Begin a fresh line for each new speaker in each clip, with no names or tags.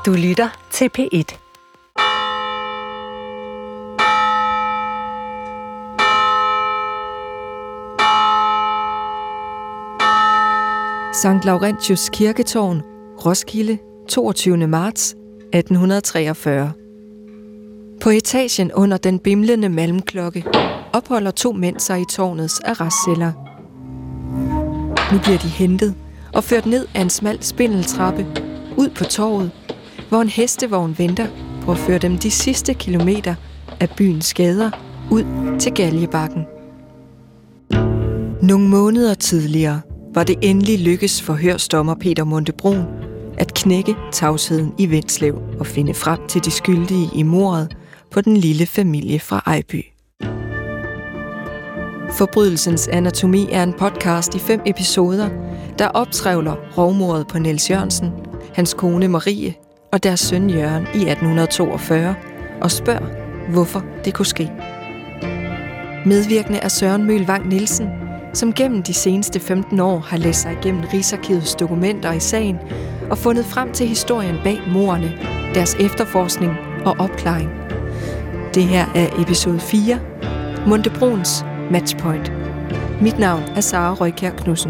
Du lytter til P1.
Sankt Laurentius Kirketårn, Roskilde, 22. marts 1843. På etagen under den bimlende malmklokke opholder 2 mænd sig i tårnets arrestceller. Nu bliver de hentet og ført ned ad en smal spindeltrappe ud på torvet, hvor en hestevogn venter på at føre dem de sidste kilometer af byens gader ud til Galjebakken. Nogle måneder tidligere var det endelig lykkes for hørsdommer Peter Montebrun at knække tavsheden i Vindslev og finde frem til de skyldige i mordet på den lille familie fra Ejby. Forbrydelsens anatomi er en podcast i 5 episoder, der optrævler rovmordet på Niels Jørgensen, hans kone Marie og deres søn Jørgen i 1842 og spørger, hvorfor det kunne ske. Medvirkende er Søren Møhl Vang Nielsen, som gennem de seneste 15 år har læst sig igennem Rigsarkivets dokumenter i sagen og fundet frem til historien bag mordene, deres efterforskning og opklaring. Det her er episode 4, Montebruns Matchpoint. Mit navn er Sara Røykjær Knudsen.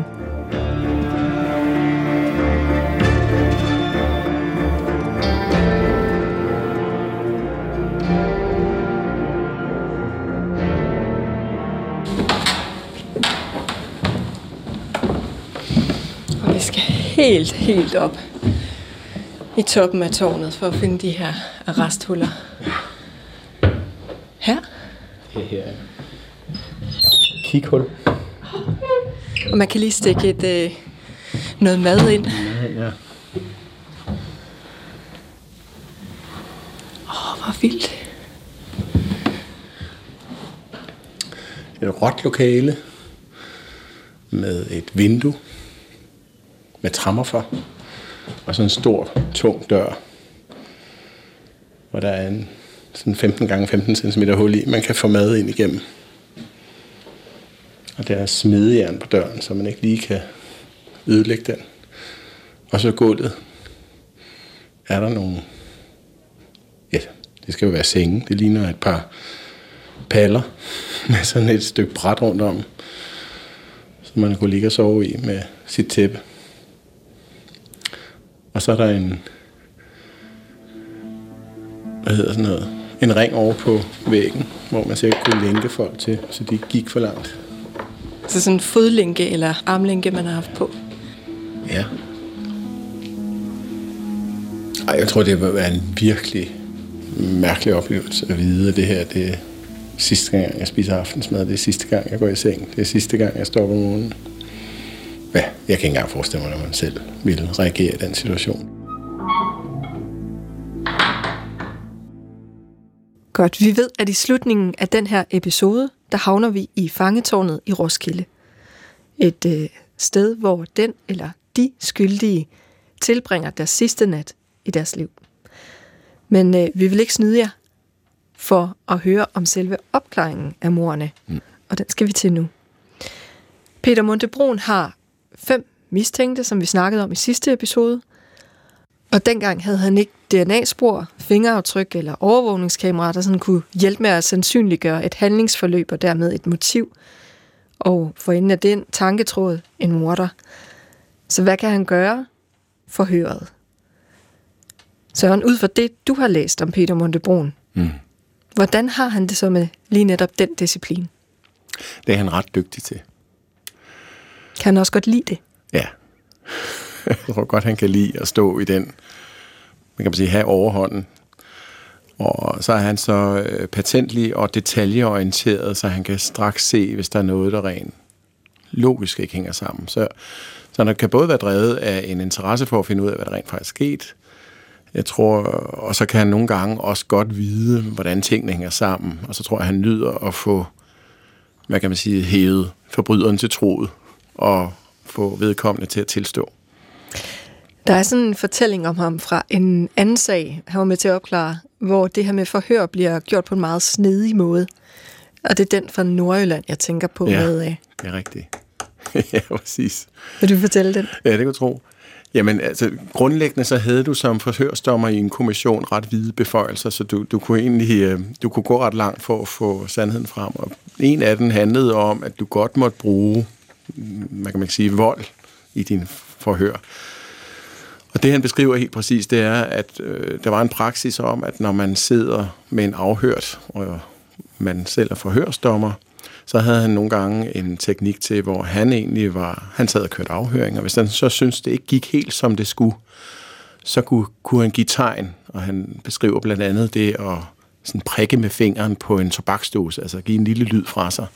Og vi skal helt op i toppen af tårnet for at finde de her arresthuller. Her?
Her. Kighul.
Og man kan lige stikke noget mad ind.
Ja.
Hvor vildt.
Et råt lokale med et vindue med tremmer for, og så en stor, tung dør, hvor der er en sådan 15 x 15 cm hul i, man kan få mad ind igennem. Og der er smedejern på døren, så man ikke lige kan ødelægge den. Og så gulvet er der nogle, ja, det skal jo være senge. Det ligner et par paller med sådan et stykke bræt rundt om, som man kunne ligge og sove i med sit tæppe. Og så er der en ring over på væggen, hvor man sikkert kunne lænke folk til, så de gik for langt.
Så sådan en fodlænke eller armlænke, man har haft på?
Ja. Ej, jeg tror, det vil være en virkelig mærkelig oplevelse at vide, at det her, det er sidste gang, jeg spiser aftensmad. Det er sidste gang, jeg går i seng. Det er sidste gang, jeg står op om morgenen. Ja, jeg kan ikke engang forestille mig, når man selv ville reagere i den situation.
Godt, vi ved, at i slutningen af den her episode, der havner vi i fangetårnet i Roskilde. Et sted, hvor den eller de skyldige tilbringer deres sidste nat i deres liv. Men vi vil ikke snyde jer for at høre om selve opklaringen af mordene, og den skal vi til nu. Peter Montebrun har 5 mistænkte, som vi snakkede om i sidste episode, og dengang havde han ikke DNA-spor, fingeraftryk eller overvågningskameraer, der sådan kunne hjælpe med at sandsynliggøre et handlingsforløb og dermed et motiv. Og for enden af den tanketråd en morder. Så hvad kan han gøre? Forhøret. Søren, ud fra det, du har læst om Peter Montebrun, hvordan har han det så med lige netop den disciplin?
Det er han ret dygtig til.
Kan han også godt lide det?
Ja. Jeg tror godt, han kan lide at stå i den, man kan sige, have overhånden. Og så er han så patentlig og detaljeorienteret, så han kan straks se, hvis der er noget, der rent logisk ikke hænger sammen. Så han kan både være drevet af en interesse for at finde ud af, hvad der rent faktisk er sket. Jeg tror, og så kan han nogle gange også godt vide, hvordan tingene hænger sammen. Og så tror jeg, han nyder at få, hvad kan man sige, hævet forbryderen til troet og få vedkommende til at tilstå.
Der er sådan en fortælling om ham fra en anden sag, han var med til at opklare, hvor det her med forhør bliver gjort på en meget snedig måde. Og det er den fra Nordjylland, jeg tænker på.
Ja,
med,
det er rigtigt. Ja, præcis.
Vil du fortælle den?
Ja, det kan du tro. Jamen, altså, grundlæggende så havde du som forhørsdommer i en kommission ret vide beføjelser, så du kunne egentlig du kunne gå ret langt for at få sandheden frem. Og en af dem handlede om, at du godt måtte bruge, man kan ikke sige, vold i din forhør. Og det, han beskriver helt præcis, det er, at der var en praksis om, at når man sidder med en afhørt, og man selv er forhørsdommer, så havde han nogle gange en teknik til, hvor han sad og kørte afhøring, og hvis han så syntes, det ikke gik helt som det skulle, så kunne han give tegn, og han beskriver blandt andet det at sådan prikke med fingeren på en tobaksdåse, altså give en lille lyd fra sig.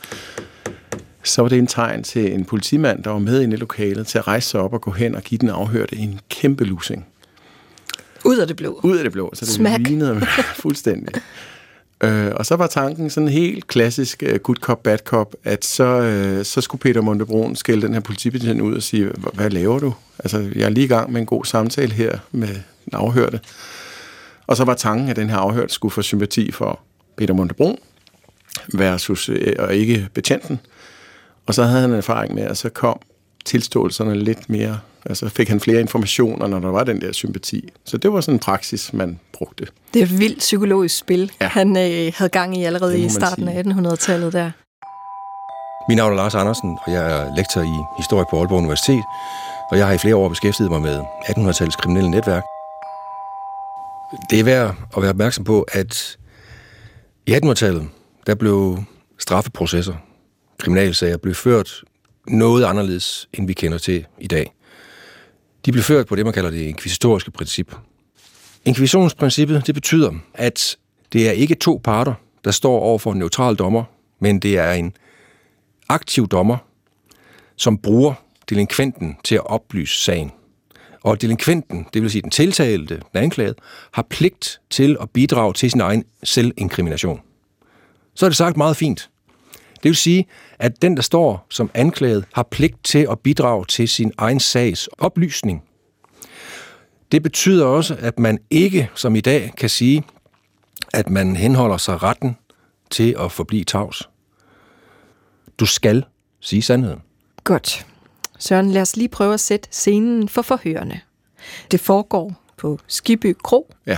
Så var det en tegn til en politimand, der var med inde i lokalet, til at rejse sig op og gå hen og give den afhørte en kæmpe lussing.
Ud af det blå.
Ud af det blå, så det
Smack.
lignede fuldstændig. Og så var tanken sådan helt klassisk good cop, bad cop, at så skulle Peter Montebrun skælde den her politibetjent ud og sige, hvad laver du? Altså, jeg er lige i gang med en god samtale her med den afhørte. Og så var tanken, at den her afhørte skulle få sympati for Peter Montebrun versus og ikke betjenten. Og så havde han en erfaring med, at så kom tilståelserne lidt mere, altså fik han flere informationer, når der var den der sympati. Så det var sådan en praksis, man brugte.
Det er et vildt psykologisk spil, han havde gang i allerede i starten af 1800-tallet der.
Mit navn er Lars Andersen, og jeg er lektor i historie på Aalborg Universitet, og jeg har i flere år beskæftiget mig med 1800-tallets kriminelle netværk. Det er værd at være opmærksom på, at i 1800-tallet, der blev straffeprocesser, kriminalsager, blev ført noget anderledes, end vi kender til i dag. De blev ført på det, man kalder det inkvisitoriske princip. Inkvisitionsprincippet, det betyder, at det er ikke to parter, der står over for en neutral dommer, men det er en aktiv dommer, som bruger delinkventen til at oplyse sagen. Og delinkventen, det vil sige den tiltalte, den anklagede, har pligt til at bidrage til sin egen selvinkrimination. Så er det sagt meget fint. Det vil sige, at den, der står som anklaget, har pligt til at bidrage til sin egen sags oplysning. Det betyder også, at man ikke, som i dag, kan sige, at man henholder sig retten til at forblive tavs. Du skal sige sandheden.
Godt. Søren, lad os lige prøve at sætte scenen for forhørene. Det foregår på Skibby Kro.
Ja.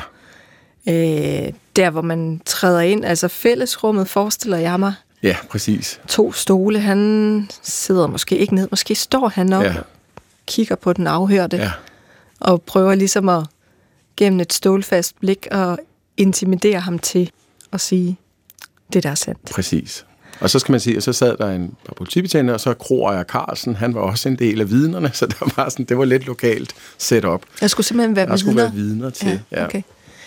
Der, hvor man træder ind, altså fællesrummet, forestiller jeg mig.
Ja, præcis.
2 stole, han sidder måske ikke ned, måske står han op og kigger på den afhørte, og prøver ligesom at gennem et stålfast blik og intimidere ham til at sige, det der er sandt.
Præcis. Og så skal man sige, at så sad der en par politibetjente, og så Kroejer Carlsen, han var også en del af vidnerne, så der var sådan, det var lidt lokalt setup.
Jeg skulle simpelthen være vidner.
Der skulle være vidner til,
ja. Okay.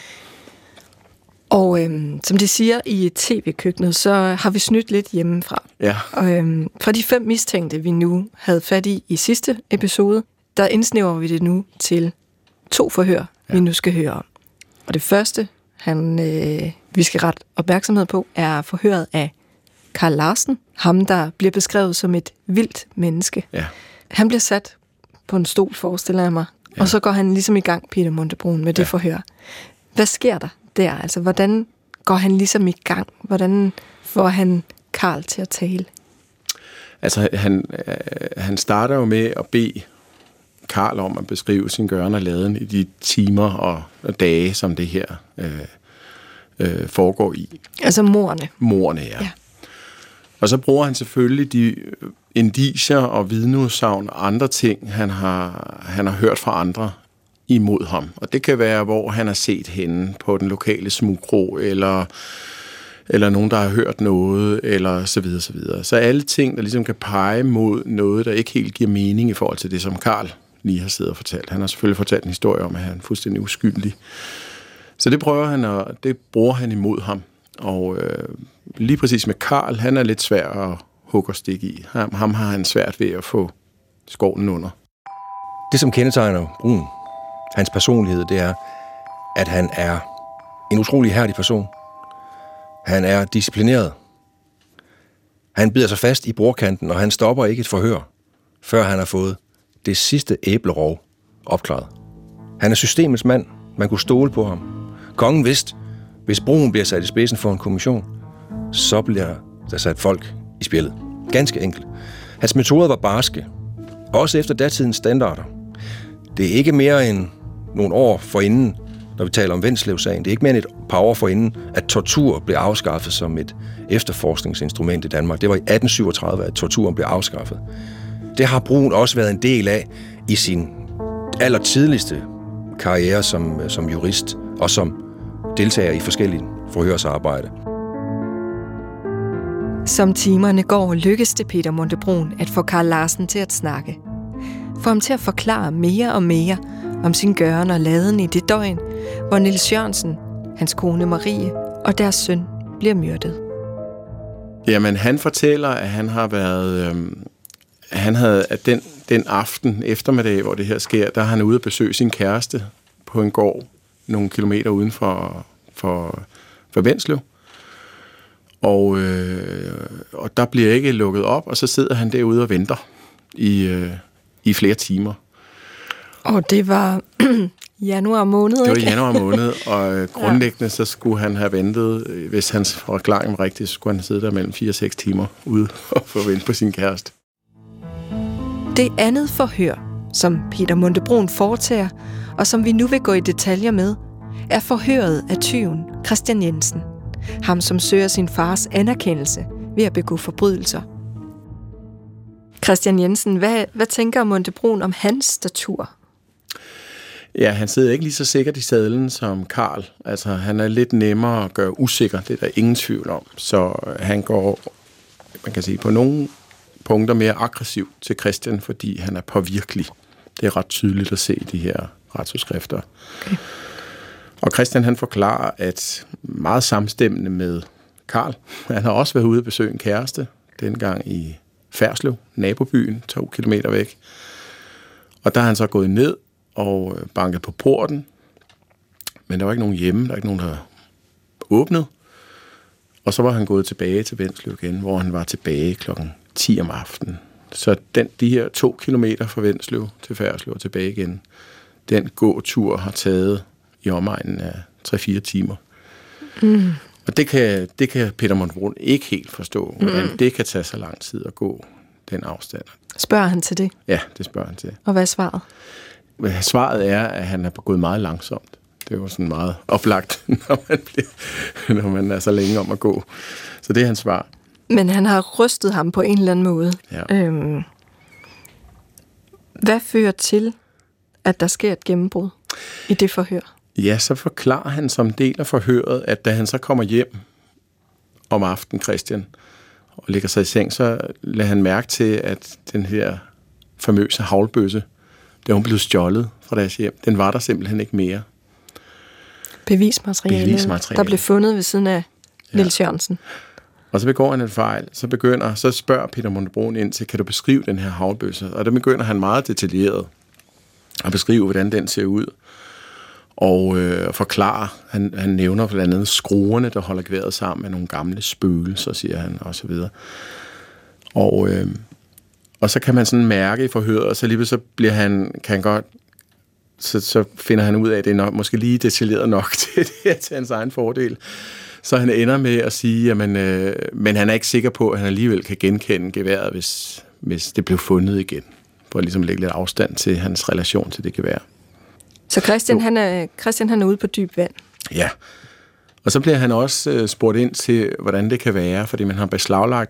Og som de siger i tv-køkkenet, så har vi snydt lidt hjemmefra.
Ja.
Og fra de 5 mistænkte, vi nu havde fat i sidste episode, der indsnæver vi det nu til 2 forhør, vi nu skal høre om. Og det første, vi skal ret opmærksomhed på, er forhøret af Carl Larsen, ham der bliver beskrevet som et vildt menneske.
Ja.
Han bliver sat på en stol, forestiller jeg mig, og så går han ligesom i gang, Peter Montebrun, med det forhør. Hvad sker der der? Altså, hvordan går han ligesom i gang? Hvordan får han Carl til at tale?
Altså, han starter jo med at bede Carl om at beskrive sin gøren og laden i de timer og dage, som det her foregår i.
Altså mordene.
Mordene, ja. Og så bruger han selvfølgelig de indicier og vidneudsagn og andre ting, han har hørt fra andre imod ham. Og det kan være, hvor han har set hende på den lokale smugkro, eller nogen, der har hørt noget, eller så videre, så videre. Så alle ting, der ligesom kan pege mod noget, der ikke helt giver mening i forhold til det, som Carl lige har siddet og fortalt. Han har selvfølgelig fortalt en historie om, at han er fuldstændig uskyldig. Så det bruger han imod ham. Og lige præcis med Carl, han er lidt svær at hugge og stikke i. Ham har han svært ved at få skovlen under.
Det, som kendetegner Brun, hans personlighed, det er, at han er en utrolig ihærdig person. Han er disciplineret. Han bider sig fast i bordkanten, og han stopper ikke et forhør, før han har fået det sidste æblerov opklaret. Han er systemets mand. Man kunne stole på ham. Kongen vidste, hvis Brun bliver sat i spidsen for en kommission, så bliver der sat folk i spjældet. Ganske enkelt. Hans metoder var barske, også efter datidens standarder. Det er ikke mere end nogle år forinden, når vi taler om Wendslev-sagen, det er ikke mere end et par år forinden, at tortur blev afskaffet som et efterforskningsinstrument i Danmark. Det var i 1837, at torturen blev afskaffet. Det har Bruun også været en del af i sin allertidligste karriere som jurist og som deltager i forskellige forhørsarbejde.
Som timerne går, lykkes det Peter Monte-Bruun at få Carl Larsen til at snakke. Få ham til at forklare mere og mere om sin gøren og laden i det døgn, hvor Niels Jørgensen, hans kone Marie og deres søn bliver myrdet.
Jamen, han fortæller, at han har været... han havde, at den aften eftermiddag, hvor det her sker, der er han ude at besøge sin kæreste på en gård nogle kilometer uden for Wendslev. Og der bliver ikke lukket op, og så sidder han derude og venter i flere timer.
Og det var januar måned, ikke?
Det var januar måned, og grundlæggende så skulle han have ventet, hvis hans forklaring var rigtig, så skulle han sidde der mellem 4 og 6 timer ude og få vente på sin kæreste.
Det andet forhør, som Peter Monte-Bruun foretager, og som vi nu vil gå i detaljer med, er forhøret af tyven Christian Jensen. Ham, som søger sin fars anerkendelse ved at begå forbrydelser. Christian Jensen, hvad tænker Monte-Bruun om hans statur?
Ja, han sidder ikke lige så sikkert i sadlen som Carl. Altså, han er lidt nemmere at gøre usikker, det er der ingen tvivl om. Så han går, man kan sige, på nogle punkter mere aggressiv til Christian, fordi han er påvirkelig. Det er ret tydeligt at se i de her retsudskrifter. Okay. Og Christian, han forklarer, at meget samstemmende med Carl, han har også været ude at besøge en kæreste, dengang i Ferslev, nabobyen, 2 kilometer væk. Og der er han så gået ned og banket på porten, men der var ikke nogen hjemme, der var ikke nogen, der åbnede. Og så var han gået tilbage til Wendslev igen, hvor han var tilbage klokken 10 om aftenen. Så de her 2 kilometer fra Wendslev til Ferslev og tilbage igen, den gåtur har taget i omegnen af 3-4 timer. Mm. Og det kan Peter Monte-Bruun ikke helt forstå, hvordan det kan tage så lang tid at gå den afstand. Spørger
han til det?
Ja, det spørger han til.
Og hvad er svaret?
Svaret er, at han er gået meget langsomt. Det er jo sådan meget oplagt, når man er så længe om at gå. Så det er hans svar.
Men han har rystet ham på en eller anden måde.
Ja.
Hvad fører til, at der sker et gennembrud i det forhør?
Ja, så forklarer han som del af forhøret, at da han så kommer hjem om aftenen, Christian, og ligger sig i seng, så lader han mærke til, at den her famøse haglbøsse, da hun blev stjålet fra deres hjem, den var der simpelthen ikke mere.
Bevismateriale. Der blev fundet ved siden af Niels Jørgensen.
Og så begår han en fejl, så spørger Peter Monte-Bruun ind til, kan du beskrive den her haglbøsse? Og der begynder han meget detaljeret at beskrive, hvordan den ser ud. Og forklare, han nævner blandt andet skruerne, der holder geværet sammen med nogle gamle spøgelser, siger han, og så videre. Og så kan man sådan mærke i forhøret, og så lige så bliver så finder han ud af, at det er nok, måske lige detaljeret nok til hans egen fordel. Så han ender med at sige, men han er ikke sikker på, at han alligevel kan genkende geværet, hvis det blev fundet igen. For at ligesom lægge lidt afstand til hans relation til det gevær.
Så Christian han er ude på dyb vand?
Ja. Og så bliver han også spurgt ind til, hvordan det kan være, fordi man har beslaglagt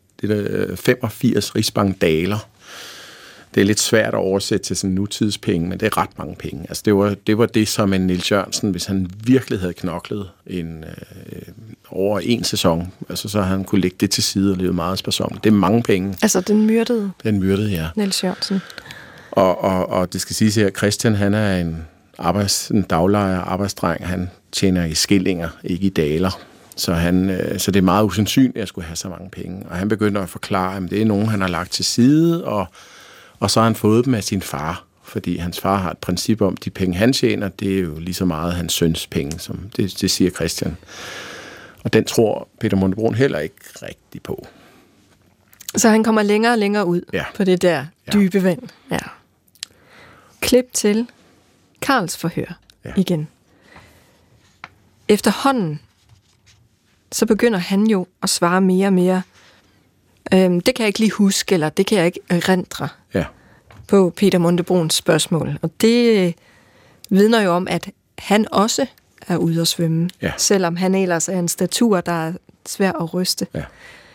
85 rigsbankdaler. Det er lidt svært at oversætte til sådan nutidspenge, men det er ret mange penge. Altså det var det, som en Niels Jørgensen, hvis han virkelig havde knoklet over en sæson, altså så han kunne lægge det til side og leve meget sparsomt. Det er mange penge.
Altså den myrdede?
Den myrdede, ja.
Niels Jørgensen. Og det skal siges her, Christian, han er en daglejer, arbejdsdreng, han tjener i skillinger, ikke i daler. Så det er meget usandsynligt, at jeg skulle have så mange penge. Og han begynder at forklare, at det er nogen, han har lagt til side, og så har han fået dem af sin far, fordi hans far har et princip om, at de penge, han tjener, det er jo lige så meget hans søns penge, som det siger Christian. Og den tror Peter Monte-Bruun heller ikke rigtig på. Så han kommer længere og længere ud på det der dybe vand. Ja. Klip til Carls forhør igen. Efterhånden, så begynder han jo at svare mere og mere. Det kan jeg ikke lige huske, eller det kan jeg ikke erindre.
Ja.
på Peter Munthe-Bruuns spørgsmål. Og det vidner jo om, at han også er ude at svømme, selvom han ellers er en statur, der er svær at ryste. Ja.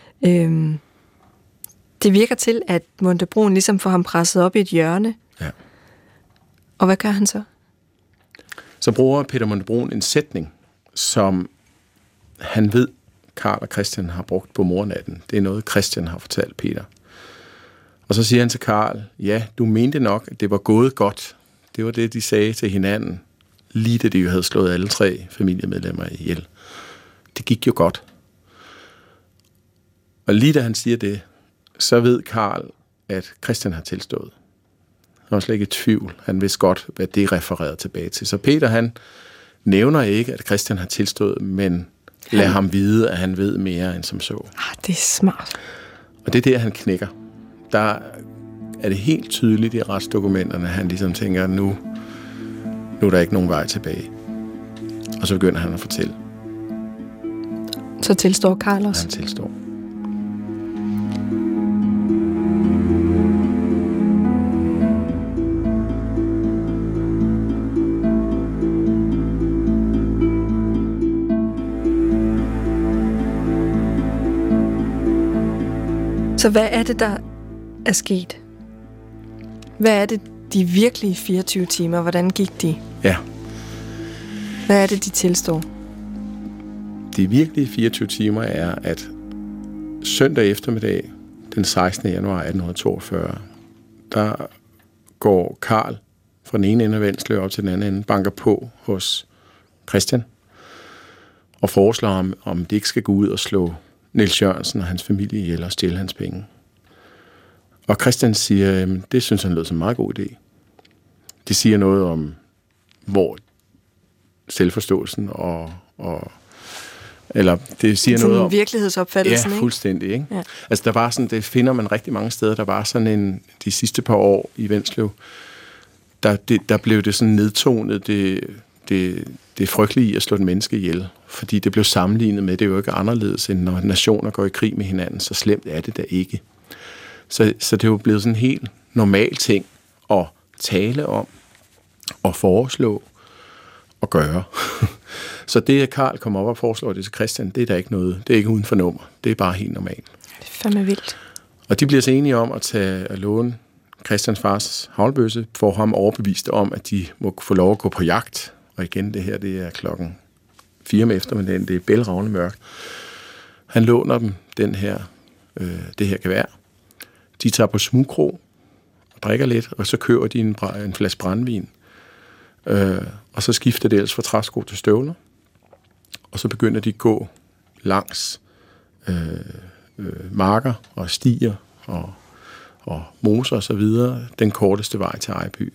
Det virker til, at Munthe-Bruun ligesom får ham presset op i et hjørne. Ja. Og hvad gør han så?
Så bruger Peter Munthe-Bruun en sætning, som han ved, Karl og Christian har brugt på mornatten. Det er noget, Christian har fortalt Peter. Og så siger han til Karl, ja, du mente nok, at det var gået godt. Det var det, de sagde til hinanden, lige da de jo havde slået alle 3 familiemedlemmer ihjel. Det gik jo godt. Og lige da han siger det, så ved Karl, at Christian har tilstået. Han var slet ikke i tvivl. Han vidste godt, hvad det refererede tilbage til. Så Peter, han nævner ikke, at Christian har tilstået, men lader ham vide, at han ved mere end som så.
Det er smart.
Og det er der, han knækker. Der er det helt tydeligt i retsdokumenterne, at han ligesom tænker, nu er der ikke nogen vej tilbage. Og så begynder han at fortælle.
Så tilstår Karl også?
Han tilstår.
Så hvad er det, der er sket? Hvad er det, de virkelige 24 timer? Hvordan gik de?
Ja.
Hvad er det, de tilstår?
De virkelige 24 timer er, at søndag eftermiddag, den 16. januar 1842, der går Karl fra den ene ende af Vendsløv op til den anden ende, banker på hos Christian, og foreslår ham, om det ikke skal gå ud og slå Niels Jørgensen og hans familie ihjel og stjæle hans penge. Og Christian siger, det synes han lød som en meget god idé. Det siger noget om, hvor selvforståelsen eller det siger noget om
virkelighedsopfattelsen,
ja, fuldstændig, ikke? Ja. Altså der var sådan, det finder man rigtig mange steder. Der var sådan de sidste par år i Vendsløv, der blev det sådan nedtonet, det frygtelige i at slå et menneske ihjel, fordi det blev sammenlignet med, det er jo ikke anderledes, end når nationer går i krig med hinanden, så slemt er det da ikke. Så det er jo blevet sådan en helt normal ting at tale om, og foreslå, og gøre. Så det, at Karl kommer op og foreslår det til Christian, det er der ikke noget, det er ikke uden for nummer, det er bare helt normalt.
Det er fandme vildt.
Og de bliver så enige om at låne Christians fars haglbøsse, for ham overbevist om, at de må få lov at gå på jagt. Og igen, det her, det er 4:00 om eftermiddagen, det er bælragende mørkt. Han låner dem det her gevær. De tager på smugkrog og drikker lidt, og så køber de en flaske brændvin. Og så skifter det ellers fra træsko til støvler. Og så begynder de at gå langs marker og stier og moser og så videre, den korteste vej til Ejby.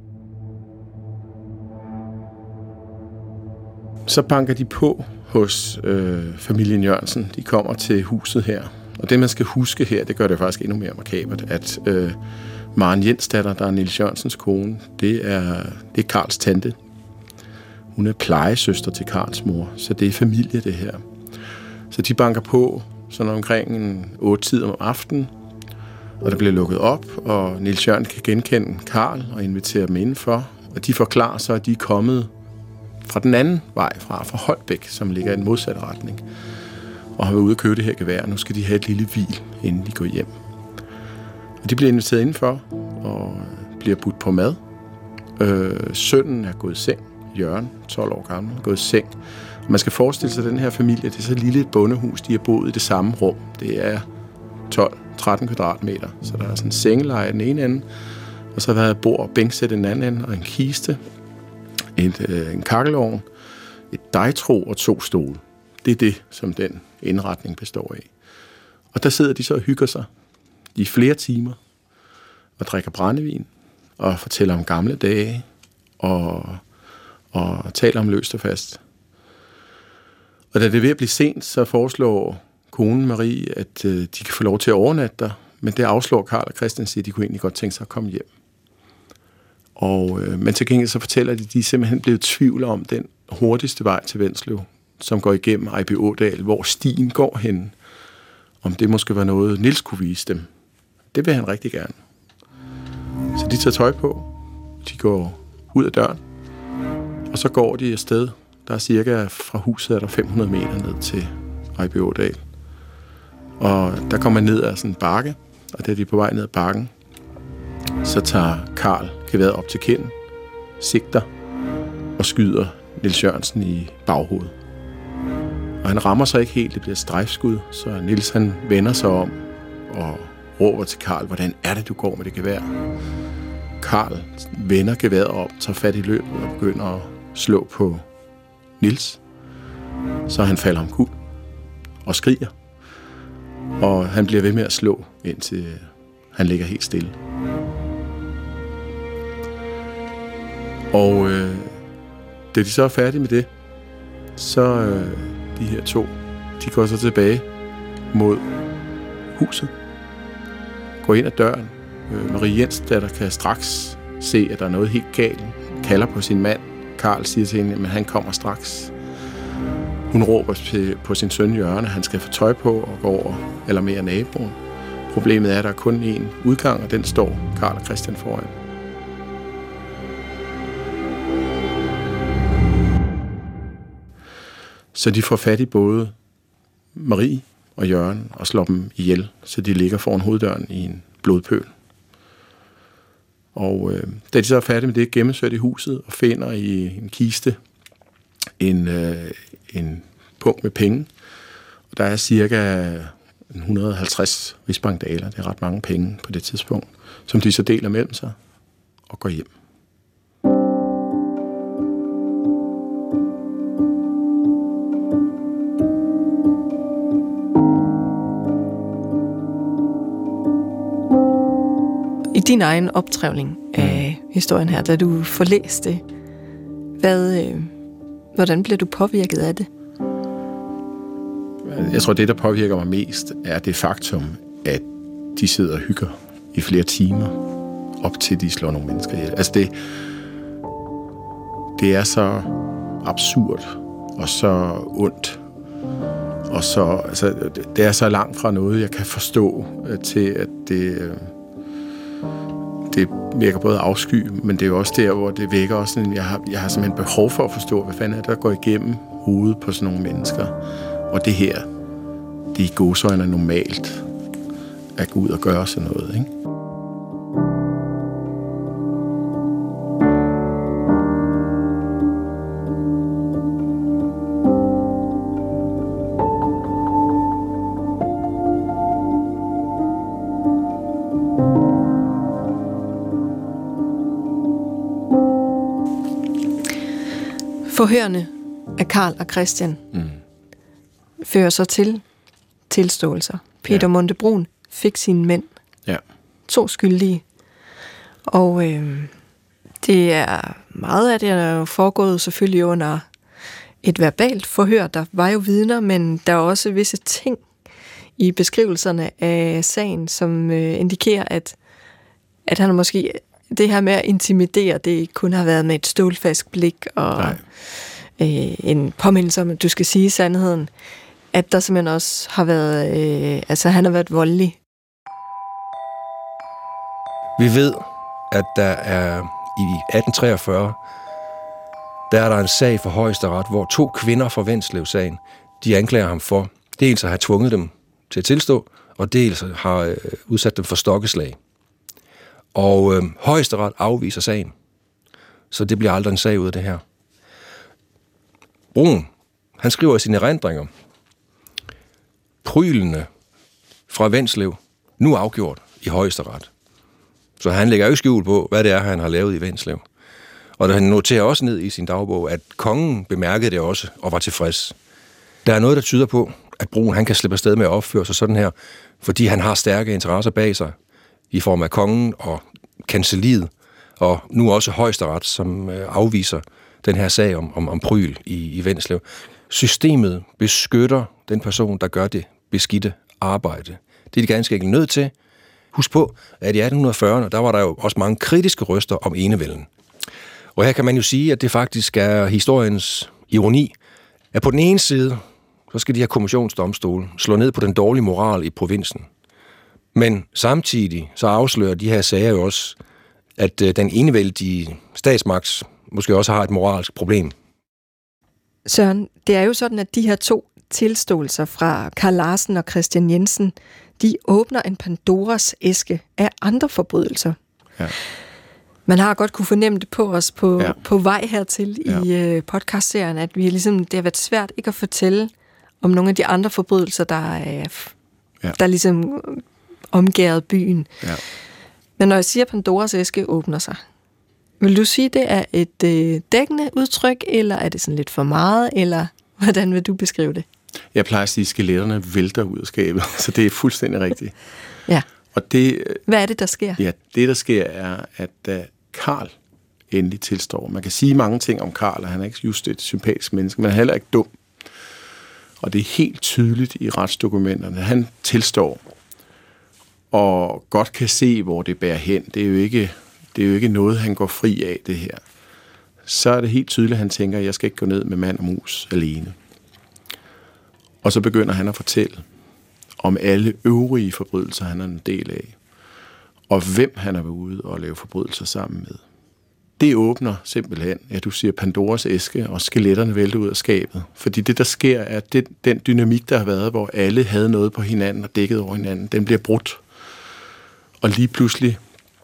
Så banker de på hos familien Jørgensen. De kommer til huset her. Og det, man skal huske her, det gør det faktisk endnu mere makabert, at Maren Jensdatter, der er Niels Jørgensens kone, det er Karls tante. Hun er plejesøster til Karls mor, så det er familie, det her. Så de banker på sådan omkring 8-tid om aftenen, og der bliver lukket op, og Niels Jørgensen kan genkende Karl og invitere dem indenfor, og de forklarer så, at de er kommet fra den anden vej fra Holbæk, som ligger i den modsatte retning, og har været ude at købe det her gevær. Nu skal de have et lille hvil, inden de går hjem. Og de bliver inviteret indenfor, og bliver budt på mad. Sønnen er gået i seng. Jørgen, 12 år gammel, er gået i seng. Og man skal forestille sig, at den her familie, det er så lille et bondehus, de har boet i det samme rum. Det er 12-13 kvadratmeter, så der er sådan en sengeleje i den ene ende, og så har der været et bord og bænksæt i den anden ende, og en kiste, en kakkelovn, et dejtro og 2 stole. Det er det, som den indretning består af. Og der sidder de så og hygger sig i flere timer, og drikker brændevin, og fortæller om gamle dage, og taler om løst og fast. Og da det er ved at blive sent, så foreslår konen Marie, at de kan få lov til at overnatte der, men det afslår Karl og Christian, siger, at de kunne egentlig godt tænke sig at komme hjem. Men til gengæld så fortæller de er simpelthen blevet tvivl om den hurtigste vej til Vendsløv, som går igennem Ejby Ådal, hvor stien går hen. Om det måske var noget, Niels kunne vise dem. Det vil han rigtig gerne. Så de tager tøj på, de går ud af døren, og så går de afsted. Der er cirka fra huset er der 500 meter ned til Ejbyådal. Og der kommer man ned ad sådan en bakke, og da de er på vej ned ad bakken, så tager Karl geværet op til kinden, sigter og skyder Niels Jørgensen i baghovedet. Og han rammer sig ikke helt, det bliver et strejfskud, så Niels han vender sig om og råber til Karl, hvordan er det, du går med det gevær? Karl vender geværet op, tager fat i løbet og begynder at slå på Niels. Så han falder omkuld og skriger. Og han bliver ved med at slå, indtil han ligger helt stille. Og da de så er færdige med det, så de her to, de går så tilbage mod huset. Går ind ad døren. Marie Jensdatter kan straks se, at der er noget helt galt. Kalder på sin mand. Karl siger til hende, at han kommer straks. Hun råber på sin søn Jørgen, at han skal få tøj på og gå over eller mere naboen. Problemet er, at der er kun én udgang, og den står Karl og Christian foran. Så de får fat i både Marie og Jørgen og slår dem ihjel, så de ligger foran hoveddøren i en blodpøl. Og da de så er færdige med det, gennemsøger de huset og finder i en kiste en punkt med penge. Og der er cirka 150 rigsbankdaler, det er ret mange penge på det tidspunkt, som de så deler mellem sig og går hjem.
I din egen optrævling af historien her, da du får læst det, hvordan blev du påvirket af det?
Jeg tror, det, der påvirker mig mest, er det faktum, at de sidder og hygger i flere timer, op til de slår nogle mennesker ihjel. Altså det er så absurd og så ondt, og så, altså, det er så langt fra noget, jeg kan forstå, til at det virker både afsky, men det er jo også der, hvor det vækker også sådan, jeg har simpelthen behov for at forstå, hvad fanden er der går igennem hovedet på sådan nogle mennesker. Og det her, det er i gåseøjne normalt at gå ud og gøre sådan noget, ikke?
Forhørene af Karl og Christian fører så til tilståelser. Peter Montebrun fik sine mænd.
Ja.
2 skyldige. Og det er meget af det, der er jo foregået selvfølgelig under et verbalt forhør. Der var jo vidner, men der er også visse ting i beskrivelserne af sagen, som indikerer, at han måske det her med at intimidere, det kun har været med et stålfast blik og en påmindelse om, at du skal sige sandheden. At der simpelthen også har været, han har været voldelig.
Vi ved, at der er i 1843, der er der en sag for Højesteret, hvor 2 kvinder fra Vendslev-sagen, de anklager ham for dels at have tvunget dem til at tilstå, og dels har udsat dem for stokkeslag. Og Højesteret afviser sagen, så det bliver aldrig en sag ud af det her. Brun, han skriver i sine erindringer, prylene fra Vendslev, nu afgjort i Højesteret. Så han lægger jo skjul på, hvad det er, han har lavet i Vendslev. Og han noterer også ned i sin dagbog, at kongen bemærkede det også og var tilfreds. Der er noget, der tyder på, at Brun han kan slippe afsted med at opføre sig sådan her, fordi han har stærke interesser bag sig i form af kongen og kancelliet, og nu også Højesteret, som afviser den her sag om pryl i Vendslev. Systemet beskytter den person, der gør det beskidte arbejde. Det er de ganske enkelt nødt til. Husk på, at i 1840'erne, der var der jo også mange kritiske røster om enevælden. Og her kan man jo sige, at det faktisk er historiens ironi, at på den ene side, så skal de her kommissionsdomstole slå ned på den dårlige moral i provinsen. Men samtidig så afslører de her sager jo også at den enevældige statsmagt måske også har et moralsk problem.
Søren, det er jo sådan, at de her 2 tilståelser fra Carl Larsen og Christian Jensen, de åbner en Pandoras æske af andre forbrydelser. Ja. Man har godt kunne fornemme det på os på vej hertil i podcastserien, at det har været svært ikke at fortælle om nogle af de andre forbrydelser, der ligesom omgærede byen. Ja. Men når jeg siger, at Pandoras æske åbner sig, vil du sige, det er et dækkende udtryk, eller er det sådan lidt for meget, eller hvordan vil du beskrive det?
Jeg plejer at sige, at skeletterne vælter ud af skabet, så det er fuldstændig rigtigt.
Ja.
Og
hvad er det, der sker?
Ja, det, der sker, er, at da Karl endelig tilstår, man kan sige mange ting om Karl, og han er ikke just et sympatisk menneske, men han er heller ikke dum. Og det er helt tydeligt i retsdokumenterne. Han tilstår, og godt kan se, hvor det bærer hen. Det er jo ikke noget, han går fri af, det her. Så er det helt tydeligt, at han tænker, at jeg skal ikke gå ned med mand og mus alene. Og så begynder han at fortælle om alle øvrige forbrydelser, han er en del af. Og hvem han er ude og lave forbrydelser sammen med. Det åbner simpelthen, du siger Pandoras æske, og skeletterne vælter ud af skabet. Fordi det, der sker, er, at den dynamik, der har været, hvor alle havde noget på hinanden og dækket over hinanden, den bliver brudt. Og lige pludselig,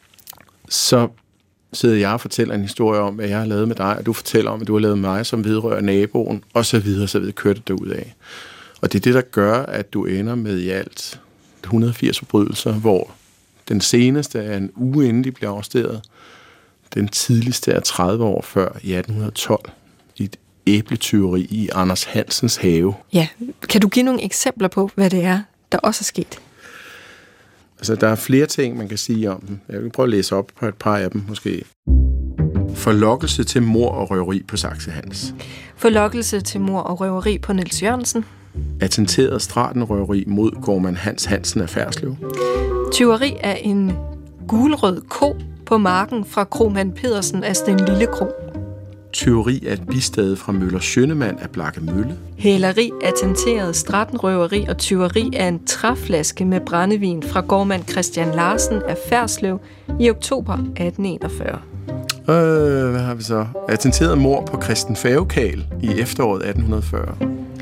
så sidder jeg og fortæller en historie om, hvad jeg har lavet med dig, og du fortæller om, at du har lavet mig, som vedrører naboen, og så videre, kører det derudad. Og det er det, der gør, at du ender med i alt 180 forbrydelser, hvor den seneste er en uge inden de bliver arresteret. Den tidligste er 30 år før, i 1812, i et æbletyveri i Anders Hansens have.
Ja, kan du give nogle eksempler på, hvad det er, der også er sket?
Altså, der er flere ting, man kan sige om dem. Jeg vil prøve at læse op på et par af dem, måske. Forlokkelse til mord og røveri på Saxe Hans.
Forlokkelse til mord og røveri på Niels Jørgensen.
Attenteret stratenrøveri mod gårdmand Hans Hansen af Ferslev.
Tyveri af en gulrød ko på marken fra kromand Pedersen af Sten Lille Kro.
Tyveri af et bistade fra Møller Schønnemann af Blakke Mølle.
Hæleri, attenteret stratenrøveri og tyveri af en træflaske med brændevin fra gårdmand Christian Larsen af Ferslev i oktober 1841.
Hvad har vi så? Attenteret mord på Christen Favekal i efteråret 1840.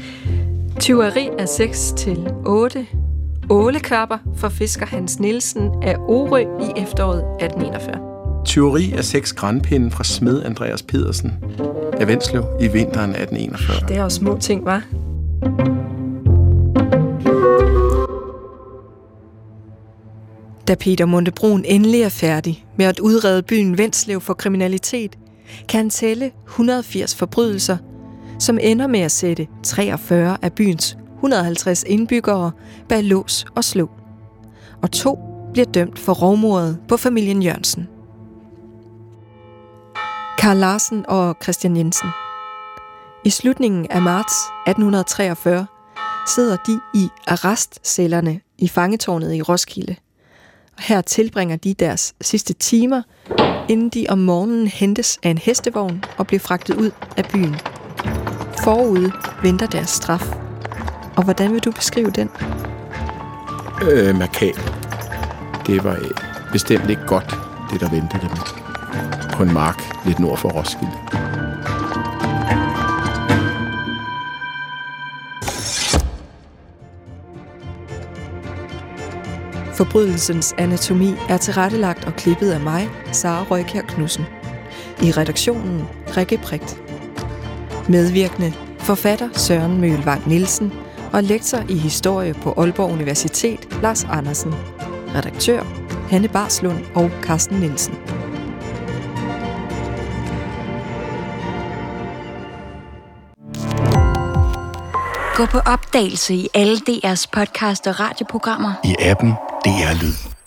Tyveri af 6-8 ålekapper for fisker Hans Nielsen af Orø i efteråret 1841.
Tyveri af 6 granpinde fra smed Andreas Pedersen af Venslev i vinteren 1841.
Det er også små ting, hva'? Da Peter Montebrun endelig er færdig med at udrede byen Venslev for kriminalitet, kan han tælle 180 forbrydelser, som ender med at sætte 43 af byens 150 indbyggere bag lås og slå. Og 2 bliver dømt for rovmordet på familien Jørgensen. Carl Larsen og Christian Jensen. I slutningen af marts 1843 sidder de i arrestcellerne i fangetårnet i Roskilde. Her tilbringer de deres sidste timer, inden de om morgenen hentes af en hestevogn og bliver fragtet ud af byen. Forude venter deres straf. Og hvordan vil du beskrive den?
Makaber. Det var bestemt ikke godt, det der ventede dem på en mark lidt nord for Roskilde.
Forbrydelsens anatomi er tilrettelagt og klippet af mig, Sara Røykjær Knudsen. I redaktionen Rikke Precht. Medvirkende forfatter Søren Møgelvang Nielsen og lektor i historie på Aalborg Universitet Lars Andersen. Redaktør Hanne Barslund og Carsten Nielsen.
Gå på opdagelse i alle DR's podcast og radioprogrammer.
I appen DR Lyd.